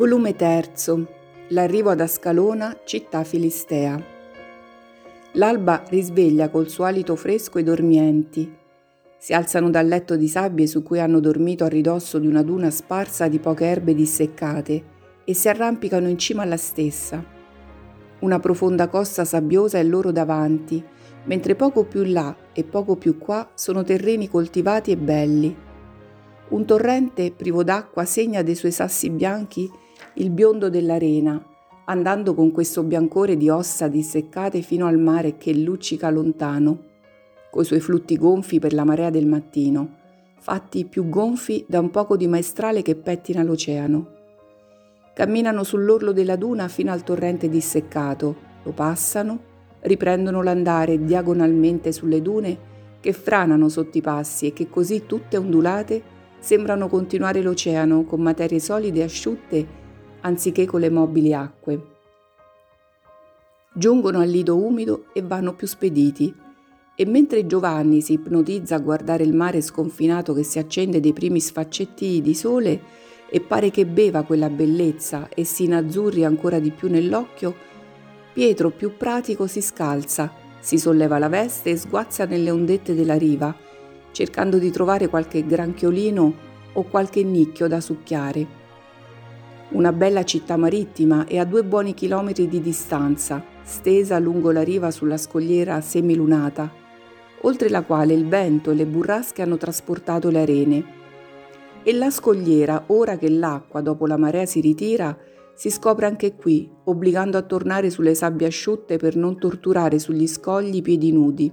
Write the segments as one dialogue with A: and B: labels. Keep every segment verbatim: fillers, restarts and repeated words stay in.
A: Volume terzo. L'arrivo ad Ascalona, città filistea. L'alba risveglia col suo alito fresco i dormienti. Si alzano dal letto di sabbie su cui hanno dormito a ridosso di una duna sparsa di poche erbe disseccate e si arrampicano in cima alla stessa. Una profonda costa sabbiosa è loro davanti, mentre poco più là e poco più qua sono terreni coltivati e belli. Un torrente privo d'acqua segna dei suoi sassi bianchi il biondo dell'arena, andando con questo biancore di ossa disseccate fino al mare che luccica lontano, coi suoi flutti gonfi per la marea del mattino, fatti più gonfi da un poco di maestrale che pettina l'oceano. Camminano sull'orlo della duna fino al torrente disseccato, lo passano, riprendono l'andare diagonalmente sulle dune che franano sotto i passi e che così tutte ondulate sembrano continuare l'oceano con materie solide e asciutte anziché con le mobili acque. Giungono al lido umido e vanno più spediti, e mentre Giovanni si ipnotizza a guardare il mare sconfinato che si accende dei primi sfaccetti di sole e pare che beva quella bellezza e si inazzurri ancora di più nell'occhio, Pietro, più pratico, si scalza, si solleva la veste e sguazza nelle ondette della riva, cercando di trovare qualche granchiolino o qualche nicchio da succhiare. Una bella città marittima e a due buoni chilometri di distanza, stesa lungo la riva sulla scogliera semilunata, oltre la quale il vento e le burrasche hanno trasportato le arene. E la scogliera, ora che l'acqua dopo la marea si ritira, si scopre anche qui, obbligando a tornare sulle sabbie asciutte per non torturare sugli scogli i piedi nudi.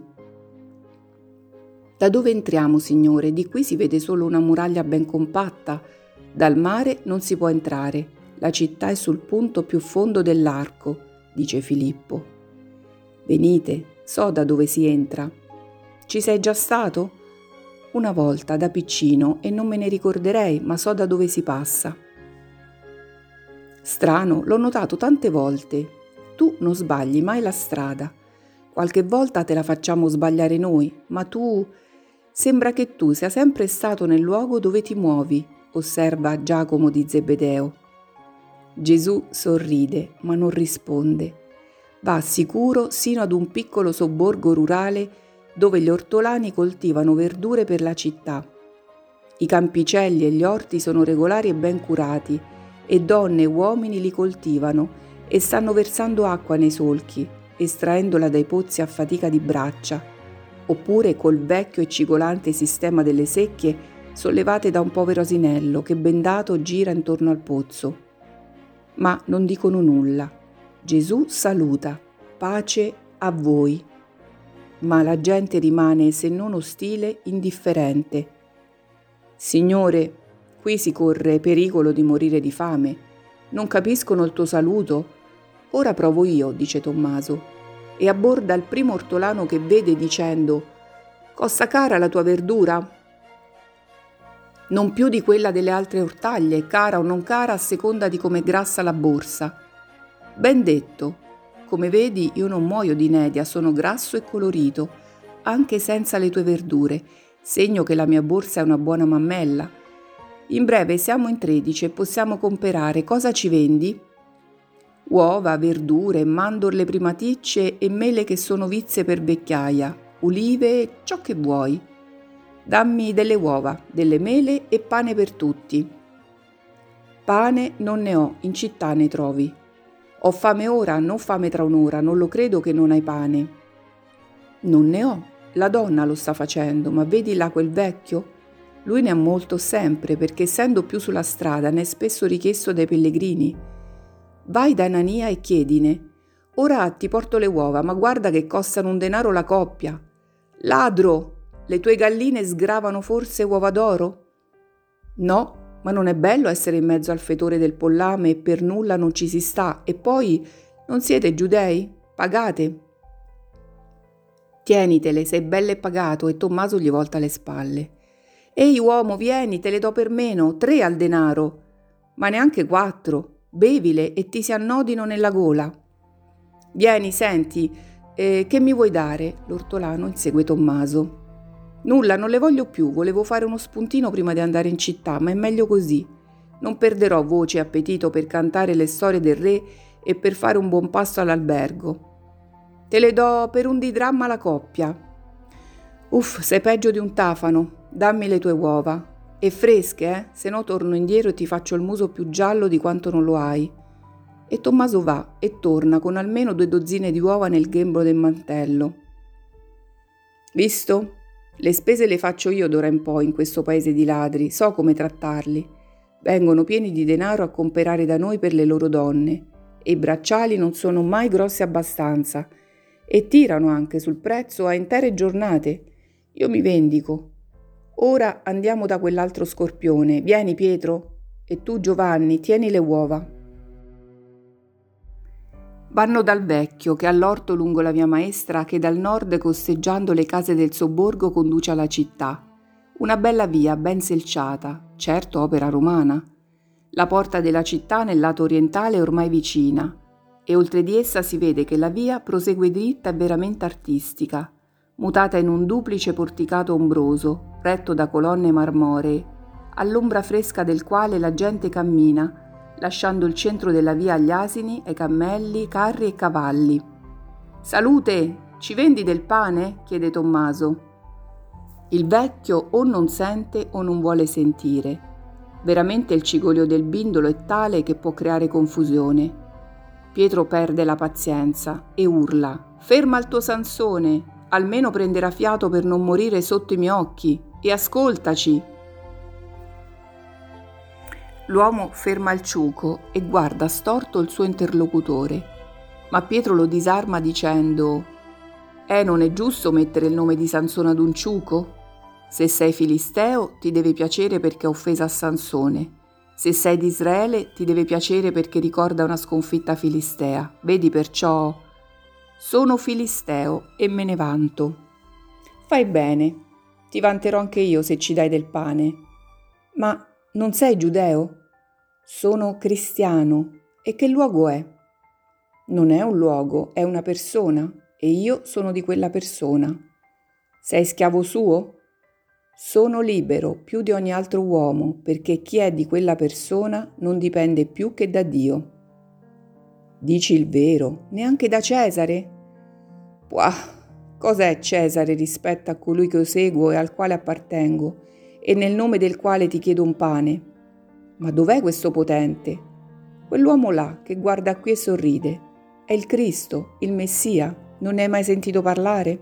A: Da dove entriamo, signore? Di qui si vede solo una muraglia ben compatta. Dal mare non si può entrare, la città è sul punto più fondo dell'arco, dice Filippo. Venite, so da dove si entra. Ci sei già stato? Una volta, da piccino, e non me ne ricorderei, ma so da dove si passa. Strano, l'ho notato tante volte. Tu non sbagli mai la strada. Qualche volta te la facciamo sbagliare noi, ma tu... Sembra che tu sia sempre stato nel luogo dove ti muovi, osserva Giacomo di Zebedeo. Gesù sorride, ma non risponde. Va sicuro sino ad un piccolo sobborgo rurale dove gli ortolani coltivano verdure per la città. I campicelli e gli orti sono regolari e ben curati, e donne e uomini li coltivano e stanno versando acqua nei solchi, estraendola dai pozzi a fatica di braccia, oppure col vecchio e cigolante sistema delle secchie sollevate da un povero asinello che bendato gira intorno al pozzo. Ma non dicono nulla. Gesù saluta, pace a voi. Ma la gente rimane, se non ostile, indifferente. Signore, qui si corre pericolo di morire di fame. Non capiscono il tuo saluto? Ora provo io, dice Tommaso, e abborda il primo ortolano che vede dicendo: costa cara la tua verdura? Non più di quella delle altre ortaglie, cara o non cara a seconda di come grassa la borsa. Ben detto, come vedi io non muoio di inedia, sono grasso e colorito, anche senza le tue verdure, segno che la mia borsa è una buona mammella. In breve siamo in tredici e possiamo comperare. Cosa ci vendi? Uova, verdure, mandorle primaticce e mele che sono vizze per vecchiaia, ulive, ciò che vuoi. Dammi delle uova, delle mele e pane per tutti. Pane non ne ho, in città ne trovi. Ho fame ora, non fame tra un'ora, non lo credo che non hai pane. Non ne ho, la donna lo sta facendo, ma vedi là quel vecchio? Lui ne ha molto sempre, perché essendo più sulla strada ne è spesso richiesto dai pellegrini. Vai da Anania e chiedine. Ora ti porto le uova, ma guarda che costano un denaro la coppia. Ladro! Le tue galline sgravano forse uova d'oro? No, ma non è bello essere in mezzo al fetore del pollame e per nulla non ci si sta. E poi, non siete giudei? Pagate. Tienitele, sei bello e pagato, e Tommaso gli volta le spalle. Ehi uomo, vieni, te le do per meno, tre al denaro. Ma neanche quattro. Bevile e ti si annodino nella gola. Vieni, senti, eh, che mi vuoi dare? L'ortolano insegue Tommaso. Nulla, non le voglio più, volevo fare uno spuntino prima di andare in città, ma è meglio così. Non perderò voce e appetito per cantare le storie del re e per fare un buon pasto all'albergo. Te le do per un didramma la coppia. Uff, sei peggio di un tafano. Dammi le tue uova. E fresche, eh? Se no torno indietro e ti faccio il muso più giallo di quanto non lo hai. E Tommaso va e torna con almeno due dozzine di uova nel grembo del mantello. Visto? Le spese le faccio io d'ora in poi in questo paese di ladri, so come trattarli. Vengono pieni di denaro a comperare da noi per le loro donne e i bracciali non sono mai grossi abbastanza e tirano anche sul prezzo a intere giornate. Io mi vendico. Ora andiamo da quell'altro scorpione. Vieni, Pietro. E tu, Giovanni, tieni le uova. Vanno dal vecchio che ha l'orto lungo la via maestra che dal nord, costeggiando le case del sobborgo, conduce alla città. Una bella via ben selciata, certo opera romana. La porta della città nel lato orientale è ormai vicina e oltre di essa si vede che la via prosegue dritta e veramente artistica, mutata in un duplice porticato ombroso, retto da colonne marmoree, all'ombra fresca del quale la gente cammina, lasciando il centro della via agli asini, ai cammelli, carri e cavalli. «Salute! Ci vendi del pane?» chiede Tommaso. Il vecchio o non sente o non vuole sentire. Veramente il cigolio del bindolo è tale che può creare confusione. Pietro perde la pazienza e urla: «Ferma il tuo Sansone! Almeno prenderà fiato per non morire sotto i miei occhi! E ascoltaci!» L'uomo ferma il ciuco e guarda storto il suo interlocutore, ma Pietro lo disarma dicendo: «Eh, non è giusto mettere il nome di Sansone ad un ciuco? Se sei filisteo ti deve piacere perché ha offesa a Sansone. Se sei di Israele ti deve piacere perché ricorda una sconfitta filistea. Vedi perciò? Sono filisteo e me ne vanto. Fai bene, ti vanterò anche io se ci dai del pane. Ma non sei giudeo? Sono cristiano. E che luogo è? Non è un luogo, è una persona, e io sono di quella persona. Sei schiavo suo? Sono libero più di ogni altro uomo, perché chi è di quella persona non dipende più che da Dio. Dici il vero, neanche da Cesare? Puah, cos'è Cesare rispetto a colui che io seguo e al quale appartengo, e nel nome del quale ti chiedo un pane? Ma dov'è questo potente? Quell'uomo là che guarda qui e sorride. È il Cristo, il Messia. Non ne hai mai sentito parlare?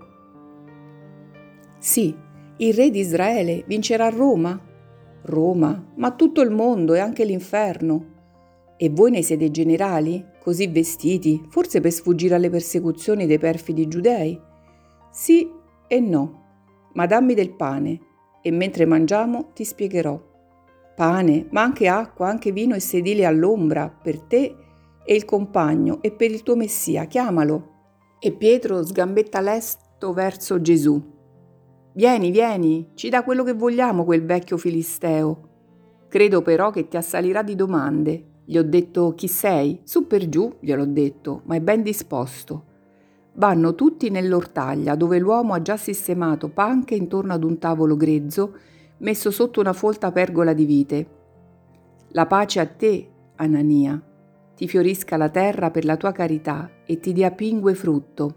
A: Sì, il re di Israele vincerà a Roma? Roma, ma tutto il mondo e anche l'inferno. E voi ne siete generali, così vestiti, forse per sfuggire alle persecuzioni dei perfidi giudei? Sì e no, ma dammi del pane, e mentre mangiamo ti spiegherò. Pane, ma anche acqua, anche vino e sedili all'ombra, per te e il compagno e per il tuo Messia, chiamalo. E Pietro sgambetta lesto verso Gesù. Vieni, vieni, ci dà quello che vogliamo quel vecchio filisteo. Credo però che ti assalirà di domande. Gli ho detto chi sei, su per giù gliel'ho detto, ma è ben disposto. Vanno tutti nell'ortaglia dove l'uomo ha già sistemato panche intorno ad un tavolo grezzo messo sotto una folta pergola di vite. La pace a te, Anania, ti fiorisca la terra per la tua carità e ti dia pingue frutto.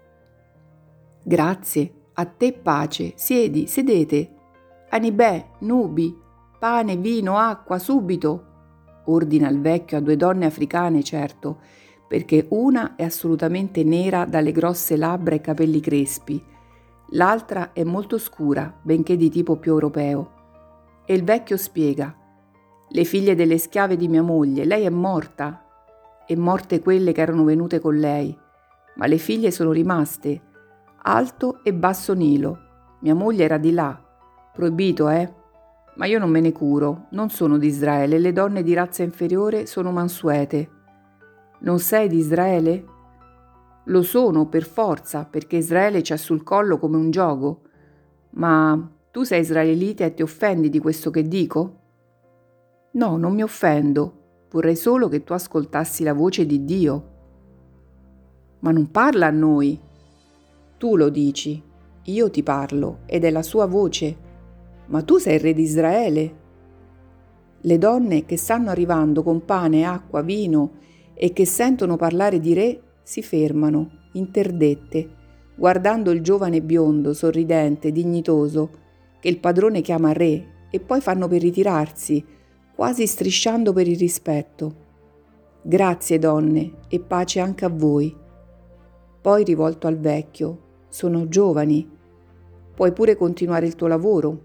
A: Grazie, a te pace, siedi, sedete. Anibè, nubi, pane, vino, acqua, subito, ordina il vecchio a due donne africane, certo, perché una è assolutamente nera dalle grosse labbra e capelli crespi, l'altra è molto scura, benché di tipo più europeo. E il vecchio spiega: le figlie delle schiave di mia moglie, lei è morta, e morte quelle che erano venute con lei, ma le figlie sono rimaste, Alto e Basso Nilo. Mia moglie era di là, proibito, eh? Ma io non me ne curo, non sono di Israele, le donne di razza inferiore sono mansuete. Non sei di Israele? Lo sono per forza, perché Israele c'è sul collo come un giogo. Ma tu sei israelita e ti offendi di questo che dico? No, non mi offendo. Vorrei solo che tu ascoltassi la voce di Dio. Ma non parla a noi. Tu lo dici, io ti parlo, ed è la sua voce. Ma tu sei il re di Israele. Le donne che stanno arrivando con pane, acqua, vino e che sentono parlare di re si fermano, interdette, guardando il giovane biondo, sorridente, dignitoso, che il padrone chiama re, e poi fanno per ritirarsi, quasi strisciando per il rispetto. Grazie donne e pace anche a voi. Poi rivolto al vecchio, sono giovani, puoi pure continuare il tuo lavoro.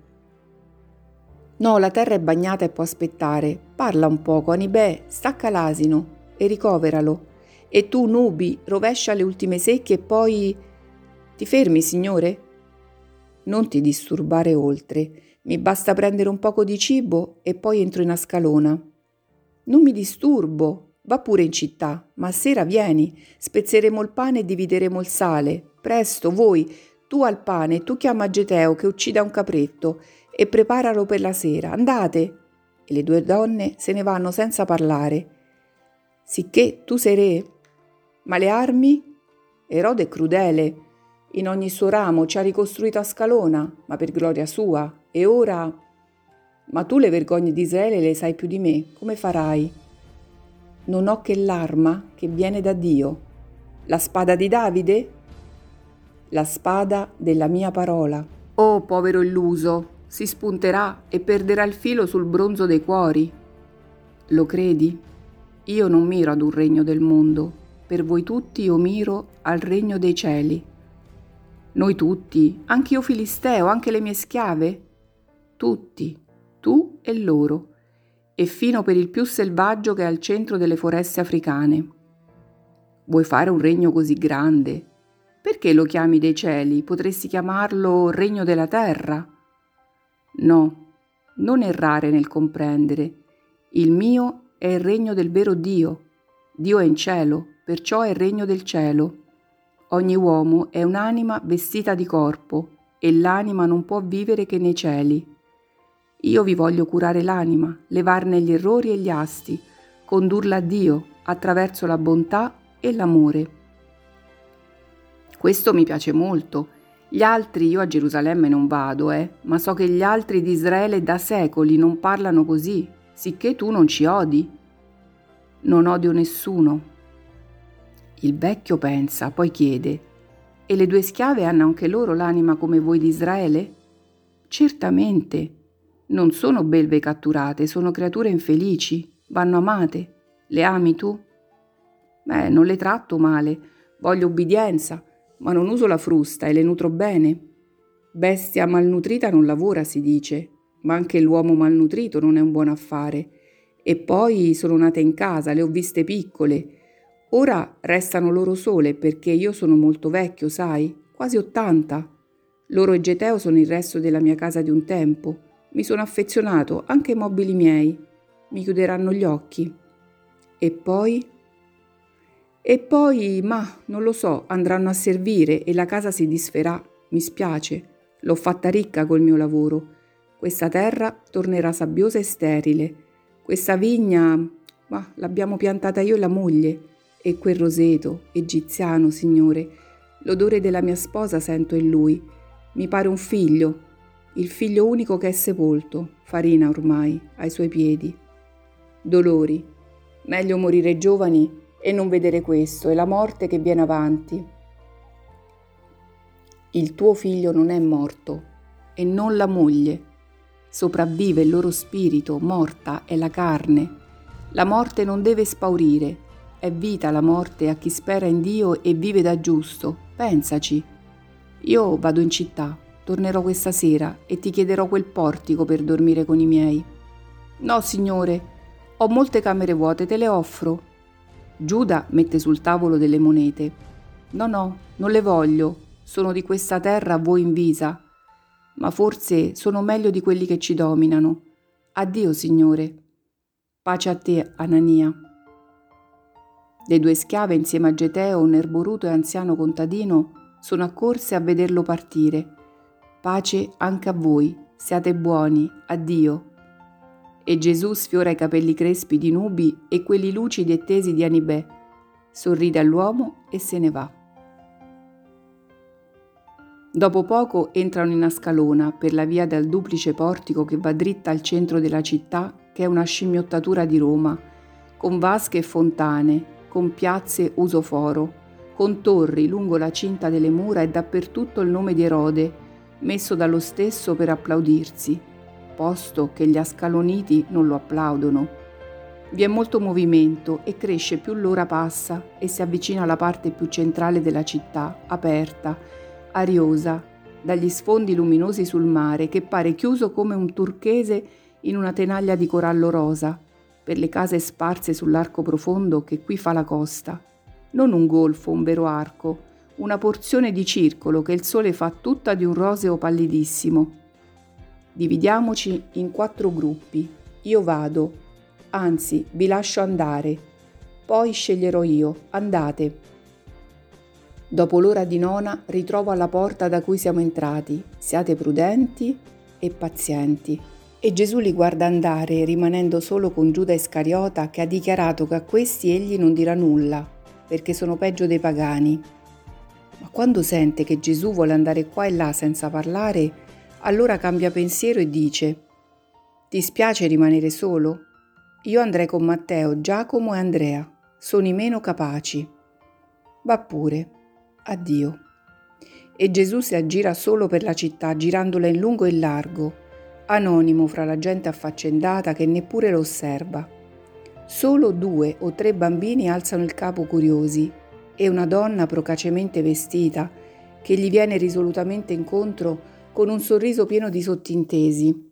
A: No, la terra è bagnata e può aspettare. Parla un poco, Anibè, stacca l'asino e ricoveralo. E tu, Nubi, rovescia le ultime secchie e poi... Ti fermi, signore? Non ti disturbare oltre. Mi basta prendere un poco di cibo e poi entro in Ascalona. Non mi disturbo. Va pure in città, ma a sera vieni. Spezzeremo il pane e divideremo il sale. Presto, voi, tu al pane e tu chiama Geteo che uccida un capretto e preparalo per la sera. Andate! E le due donne se ne vanno senza parlare. Sicché tu sei re? Ma le armi? Erode è crudele. In ogni suo ramo ci ha ricostruito Ascalona, ma per gloria sua. E ora... Ma tu le vergogne di Israele le sai più di me. Come farai? Non ho che l'arma che viene da Dio. La spada di Davide? La spada della mia parola. Oh, povero illuso! Si spunterà e perderà il filo sul bronzo dei cuori. Lo credi? Io non miro ad un regno del mondo, per voi tutti io miro al regno dei cieli. Noi tutti, anche io filisteo, anche le mie schiave? Tutti, tu e loro, e fino per il più selvaggio che è al centro delle foreste africane. Vuoi fare un regno così grande? Perché lo chiami dei cieli? Potresti chiamarlo regno della terra? No, non errare nel comprendere. Il mio è il regno del vero Dio. Dio è in cielo, perciò è il regno del cielo. Ogni uomo è un'anima vestita di corpo e l'anima non può vivere che nei cieli. Io vi voglio curare l'anima, levarne gli errori e gli asti, condurla a Dio attraverso la bontà e l'amore. Questo mi piace molto. Gli altri, io a Gerusalemme non vado, eh, ma so che gli altri di Israele da secoli non parlano così, sicché tu non ci odi. Non odio nessuno. Il vecchio pensa, poi chiede, e le due schiave hanno anche loro l'anima come voi di Israele? Certamente. Non sono belve catturate, sono creature infelici, vanno amate. Le ami tu? Beh, non le tratto male, voglio ubbidienza, ma non uso la frusta e le nutro bene. Bestia malnutrita non lavora, si dice, ma anche l'uomo malnutrito non è un buon affare. E poi sono nate in casa, le ho viste piccole. Ora restano loro sole perché io sono molto vecchio, sai, quasi ottanta. Loro e Geteo sono il resto della mia casa di un tempo. Mi sono affezionato anche ai mobili miei. Mi chiuderanno gli occhi. E poi... E poi, ma, non lo so, andranno a servire e la casa si disferà. Mi spiace, l'ho fatta ricca col mio lavoro. Questa terra tornerà sabbiosa e sterile. Questa vigna, ma, l'abbiamo piantata io e la moglie. E quel roseto, egiziano, signore, l'odore della mia sposa sento in lui. Mi pare un figlio, il figlio unico che è sepolto, farina ormai, ai suoi piedi. Dolori, meglio morire giovani e non vedere questo, è la morte che viene avanti. Il tuo figlio non è morto, e non la moglie. Sopravvive il loro spirito, morta è la carne. La morte non deve spaurire, è vita la morte a chi spera in Dio e vive da giusto, pensaci. Io vado in città, tornerò questa sera e ti chiederò quel portico per dormire con i miei. No, signore, ho molte camere vuote, te le offro. Giuda mette sul tavolo delle monete. No, no, non le voglio, sono di questa terra a voi invisa, ma forse sono meglio di quelli che ci dominano. Addio, signore. Pace a te, Anania. Le due schiave insieme a Geteo, un erboruto e anziano contadino, sono accorse a vederlo partire. Pace anche a voi, siate buoni, addio. E Gesù sfiora i capelli crespi di Nubi e quelli lucidi e tesi di Anibè, sorride all'uomo e se ne va. Dopo poco entrano in Ascalona per la via dal duplice portico che va dritta al centro della città che è una scimmiottatura di Roma, con vasche e fontane, con piazze usoforo, con torri lungo la cinta delle mura e dappertutto il nome di Erode, messo dallo stesso per applaudirsi, posto che gli ascaloniti non lo applaudono. Vi è molto movimento e cresce più l'ora passa e si avvicina alla parte più centrale della città, aperta, ariosa, dagli sfondi luminosi sul mare che pare chiuso come un turchese in una tenaglia di corallo rosa, per le case sparse sull'arco profondo che qui fa la costa. Non un golfo, un vero arco, una porzione di circolo che il sole fa tutta di un roseo pallidissimo. Dividiamoci in quattro gruppi. Io vado. Anzi, vi lascio andare. Poi sceglierò io. Andate. Dopo l'ora di nona ritrovo alla porta da cui siamo entrati. Siate prudenti e pazienti. E Gesù li guarda andare, rimanendo solo con Giuda Iscariota, che ha dichiarato che a questi egli non dirà nulla, perché sono peggio dei pagani. Ma quando sente che Gesù vuole andare qua e là senza parlare, allora cambia pensiero e dice: «Ti spiace rimanere solo? Io andrei con Matteo, Giacomo e Andrea, sono i meno capaci». Va pure, addio. E Gesù si aggira solo per la città, girandola in lungo e in largo, anonimo fra la gente affaccendata che neppure lo osserva. Solo due o tre bambini alzano il capo curiosi e una donna procacemente vestita che gli viene risolutamente incontro con un sorriso pieno di sottintesi.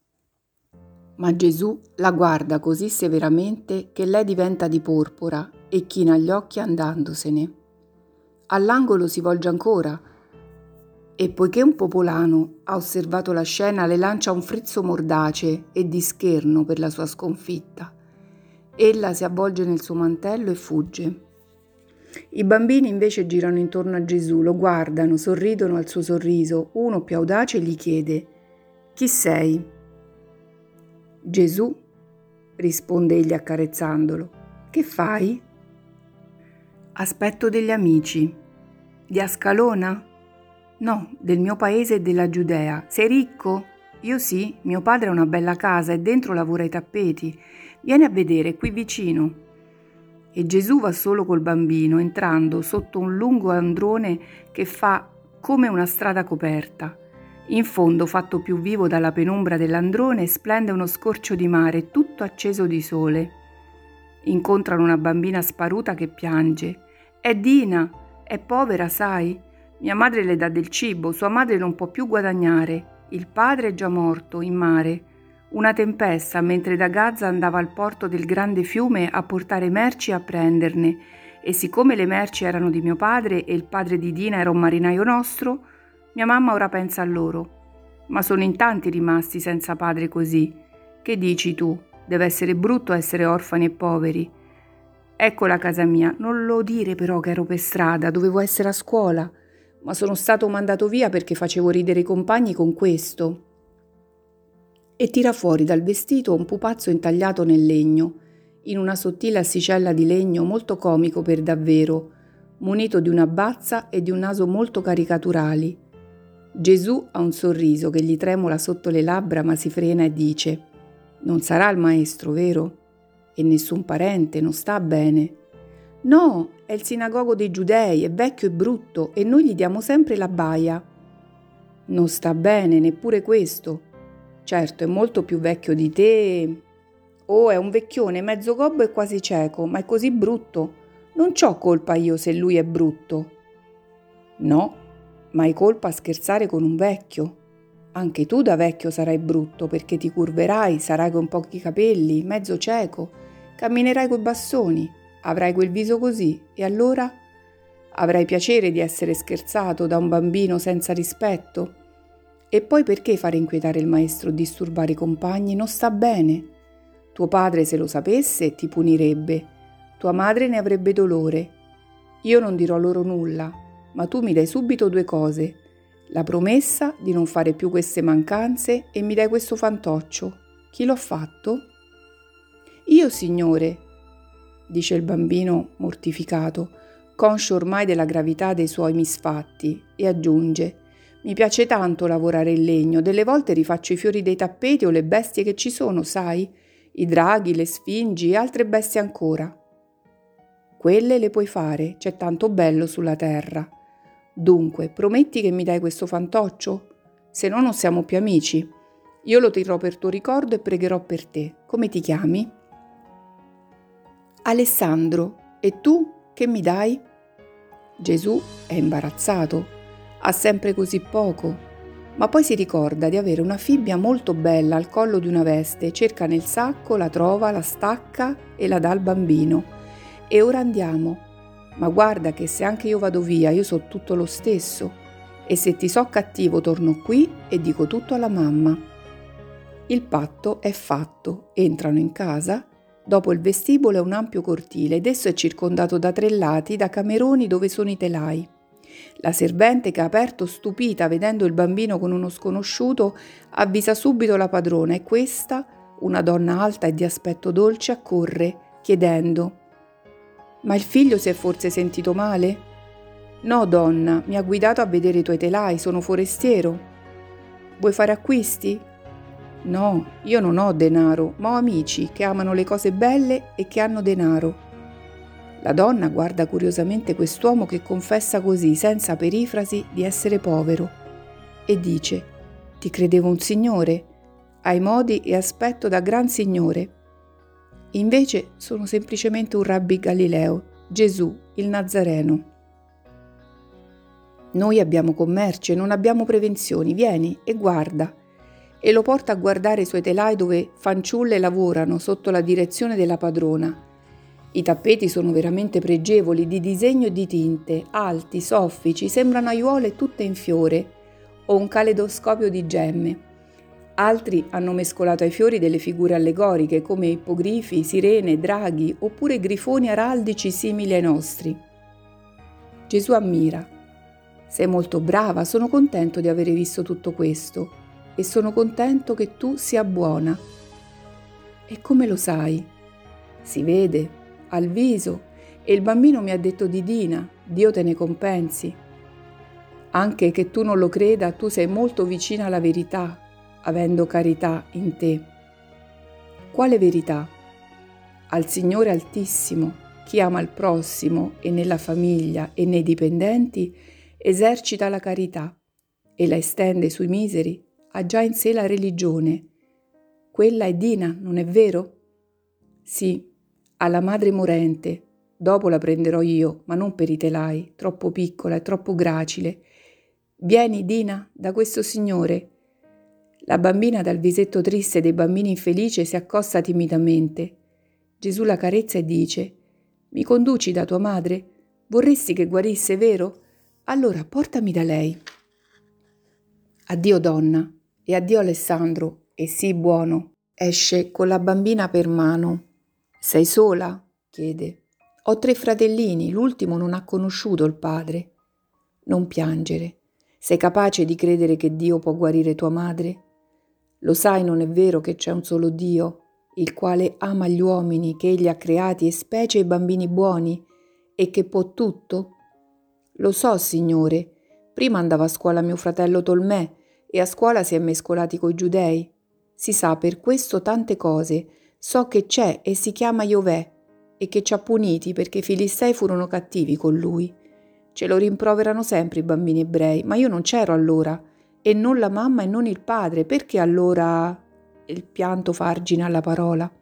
A: Ma Gesù la guarda così severamente che lei diventa di porpora e china gli occhi andandosene. All'angolo si volge ancora e, poiché un popolano ha osservato la scena, le lancia un frizzo mordace e di scherno per la sua sconfitta. Ella si avvolge nel suo mantello e fugge. I bambini invece girano intorno a Gesù, lo guardano, sorridono al suo sorriso. Uno più audace gli chiede: «Chi sei?» «Gesù», risponde egli accarezzandolo. «Che fai?» «Aspetto degli amici». «Di Ascalona?» «No, del mio paese e della Giudea». «Sei ricco?» «Io sì, mio padre ha una bella casa e dentro lavora i tappeti. Vieni a vedere, qui vicino». E Gesù va solo col bambino, entrando sotto un lungo androne che fa come una strada coperta. In fondo, fatto più vivo dalla penombra dell'androne, splende uno scorcio di mare tutto acceso di sole. Incontrano una bambina sparuta che piange. «È Dina, è povera, sai? Mia madre le dà del cibo, sua madre non può più guadagnare. Il padre è già morto, in mare. Una tempesta, mentre da Gaza andava al porto del grande fiume a portare merci e a prenderne. E siccome le merci erano di mio padre e il padre di Dina era un marinaio nostro, mia mamma ora pensa a loro. Ma sono in tanti rimasti senza padre così. Che dici tu? Deve essere brutto essere orfani e poveri. Ecco la casa mia. Non lo dire però che ero per strada, dovevo essere a scuola, ma sono stato mandato via perché facevo ridere i compagni con questo». E tira fuori dal vestito un pupazzo intagliato nel legno, in una sottile assicella di legno molto comico per davvero, munito di una bazza e di un naso molto caricaturali. Gesù ha un sorriso che gli tremola sotto le labbra, ma si frena e dice: «Non sarà il maestro, vero? E nessun parente, non sta bene?» «No, è il sinagogo dei Giudei, è vecchio e brutto e noi gli diamo sempre la baia». «Non sta bene neppure questo. Certo, è molto più vecchio di te. Oh, è un vecchione mezzo gobbo e quasi cieco, ma è così brutto. Non c'ho colpa io se lui è brutto». «No, ma hai colpa a scherzare con un vecchio. Anche tu da vecchio sarai brutto perché ti curverai, sarai con pochi capelli, mezzo cieco, camminerai coi bastoni, avrai quel viso così e allora avrai piacere di essere scherzato da un bambino senza rispetto. E poi perché fare inquietare il maestro o disturbare i compagni? Non sta bene. Tuo padre, se lo sapesse, ti punirebbe. Tua madre ne avrebbe dolore. Io non dirò loro nulla, ma tu mi dai subito due cose: la promessa di non fare più queste mancanze e mi dai questo fantoccio. Chi l'ho fatto?» «Io, signore», dice il bambino mortificato, conscio ormai della gravità dei suoi misfatti, e aggiunge: «Mi piace tanto lavorare in legno, delle volte rifaccio i fiori dei tappeti o le bestie che ci sono, sai? i draghi, le sfingi e altre bestie ancora. Quelle le puoi fare, c'è tanto bello sulla terra. Dunque, prometti che mi dai questo fantoccio? Se no non siamo più amici. Io lo terrò per tuo ricordo e pregherò per te. Come ti chiami? Alessandro. E tu che mi dai? Gesù è imbarazzato. Ha sempre così poco. Ma poi si ricorda di avere una fibbia molto bella al collo di una veste, cerca nel sacco, la trova, la stacca e la dà al bambino. E ora andiamo. Ma guarda che se anche io vado via, io so tutto lo stesso. E se ti so cattivo torno qui e dico tutto alla mamma. Il patto è fatto. Entrano in casa. Dopo il vestibolo è un ampio cortile ed esso è circondato da tre lati da cameroni dove sono i telai. La servente, che ha aperto stupita vedendo il bambino con uno sconosciuto, avvisa subito la padrona e questa, una donna alta e di aspetto dolce, accorre chiedendo: «Ma il figlio si è forse sentito male?» «No, donna, mi ha guidato a vedere i tuoi telai, sono forestiero». «Vuoi fare acquisti?» «No, io non ho denaro, ma ho amici che amano le cose belle e che hanno denaro». La donna guarda curiosamente quest'uomo che confessa così, senza perifrasi, di essere povero, e dice: «Ti credevo un signore, hai modi e aspetto da gran signore. Invece sono semplicemente un rabbi Galileo, Gesù, il Nazareno. Noi abbiamo commercio e non abbiamo prevenzioni, vieni e guarda». E lo porta a guardare i suoi telai dove fanciulle lavorano sotto la direzione della padrona. I tappeti sono veramente pregevoli, di disegno e di tinte, alti, soffici, sembrano aiuole tutte in fiore o un caleidoscopio di gemme. Altri hanno mescolato ai fiori delle figure allegoriche come ippogrifi, sirene, draghi oppure grifoni araldici simili ai nostri. Gesù ammira. «Sei molto brava, sono contento di avere visto tutto questo e sono contento che tu sia buona». «E come lo sai?» «Si vede, al viso, e il bambino mi ha detto di Dina, Dio te ne compensi. Anche che tu non lo creda, tu sei molto vicina alla verità, avendo carità in te». «Quale verità?» «Al Signore Altissimo, chi ama il prossimo e nella famiglia e nei dipendenti esercita la carità e la estende sui miseri, ha già in sé la religione. Quella è Dina, non è vero?» «Sì, alla madre morente, dopo la prenderò io, ma non per i telai, troppo piccola e troppo gracile. Vieni, Dina, da questo signore». La bambina dal visetto triste dei bambini infelici si accosta timidamente. Gesù la carezza e dice: «Mi conduci da tua madre? Vorresti che guarisse, vero? Allora portami da lei». «Addio donna, e addio Alessandro, e sii buono». Esce con la bambina per mano. «Sei sola?» chiede. «Ho tre fratellini, l'ultimo non ha conosciuto il padre». «Non piangere. Sei capace di credere che Dio può guarire tua madre? Lo sai, non è vero che c'è un solo Dio, il quale ama gli uomini che egli ha creati e specie i bambini buoni, e che può tutto?» «Lo so, Signore. Prima andava a scuola mio fratello Tolmè e a scuola si è mescolati coi giudei. Si sa per questo tante cose. So che c'è e si chiama Iovè e che ci ha puniti perché i filistei furono cattivi con lui. Ce lo rimproverano sempre i bambini ebrei, ma io non c'ero allora, e non la mamma e non il padre. Perché allora...» Il pianto fa argine alla parola.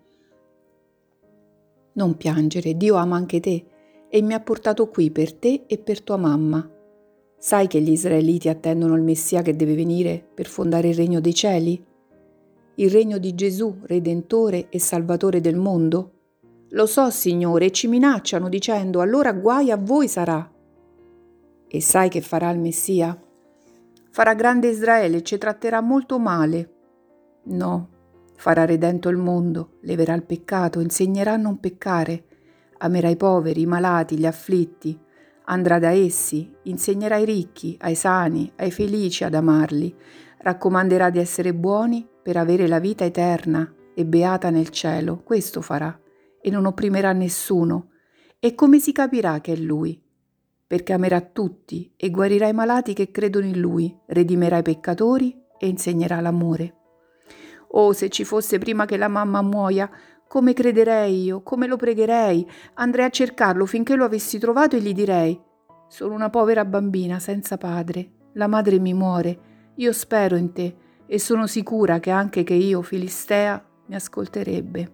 A: «Non piangere, Dio ama anche te e mi ha portato qui per te e per tua mamma. Sai che gli israeliti attendono il Messia che deve venire per fondare il regno dei cieli? Il regno di Gesù, Redentore e Salvatore del mondo? Lo so, Signore, e ci minacciano dicendo: allora guai a voi sarà. E sai che farà il Messia? Farà grande Israele e ci tratterà molto male. No, farà redento il mondo, leverà il peccato, insegnerà a non peccare, amerà i poveri, i malati, gli afflitti, andrà da essi, insegnerà ai ricchi, ai sani, ai felici ad amarli, raccomanderà di essere buoni per avere la vita eterna e beata nel cielo. Questo farà, e non opprimerà nessuno. E come si capirà che è Lui? Perché amerà tutti e guarirà i malati che credono in Lui, redimerà i peccatori e insegnerà l'amore. Oh, se ci fosse prima che la mamma muoia, come crederei io, come lo pregherei. Andrei a cercarlo finché lo avessi trovato e gli direi: sono una povera bambina senza padre, la madre mi muore, io spero in te e sono sicura che anche che io, Filistea, mi ascolterebbe.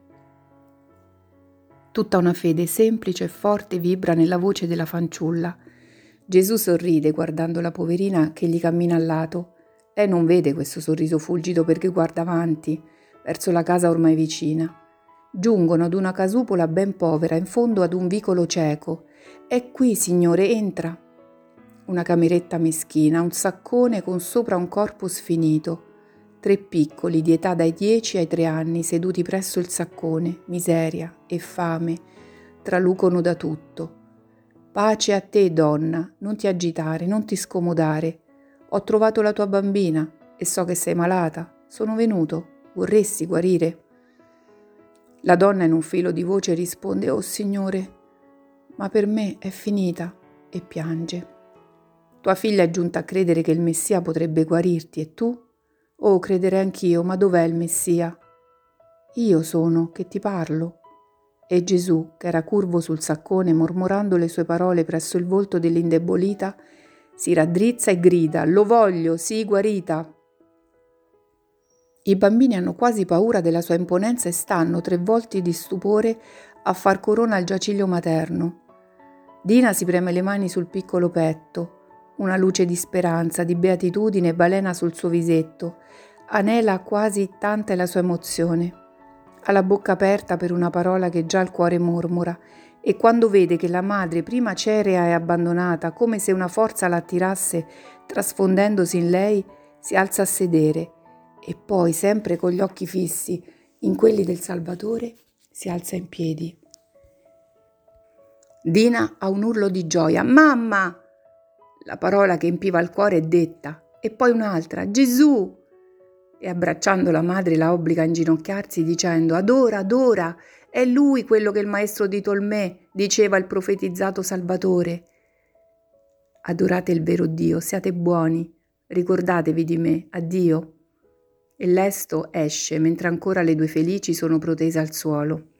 A: Tutta una fede semplice e forte vibra nella voce della fanciulla. Gesù sorride guardando la poverina che gli cammina al lato. Lei non vede questo sorriso fulgido perché guarda avanti, verso la casa ormai vicina. Giungono ad una casupola ben povera, in fondo ad un vicolo cieco. È qui, signore, entra. Una cameretta meschina, un saccone con sopra un corpo sfinito. Tre piccoli di età dai dieci ai tre anni seduti presso il saccone, miseria e fame, tralucono da tutto. Pace a te, donna, non ti agitare, non ti scomodare. Ho trovato la tua bambina e so che sei malata. Sono venuto, vorresti guarire? La donna in un filo di voce risponde: oh Signore, ma per me è finita, e piange. Tua figlia è giunta a credere che il Messia potrebbe guarirti e tu? Oh, crederei anch'io, ma dov'è il Messia? Io sono che ti parlo. E Gesù, che era curvo sul saccone, mormorando le sue parole presso il volto dell'indebolita, si raddrizza e grida: lo voglio, sii guarita. I bambini hanno quasi paura della sua imponenza e stanno, tre volti di stupore, a far corona al giaciglio materno. Dina si preme le mani sul piccolo petto. Una luce di speranza, di beatitudine balena sul suo visetto. Anela quasi tanta è la sua emozione. Ha la bocca aperta per una parola che già il cuore mormora, e quando vede che la madre, prima cerea e abbandonata, come se una forza la attirasse trasfondendosi in lei, si alza a sedere e poi, sempre con gli occhi fissi in quelli del Salvatore, si alza in piedi. Dina ha un urlo di gioia: mamma! La parola che empiva il cuore è detta, e poi un'altra: Gesù! E abbracciando la madre la obbliga a inginocchiarsi dicendo: adora, adora, è lui quello che il maestro di Tolmè diceva il profetizzato Salvatore. Adorate il vero Dio, siate buoni, ricordatevi di me, addio. E lesto esce mentre ancora le due felici sono protese al suolo.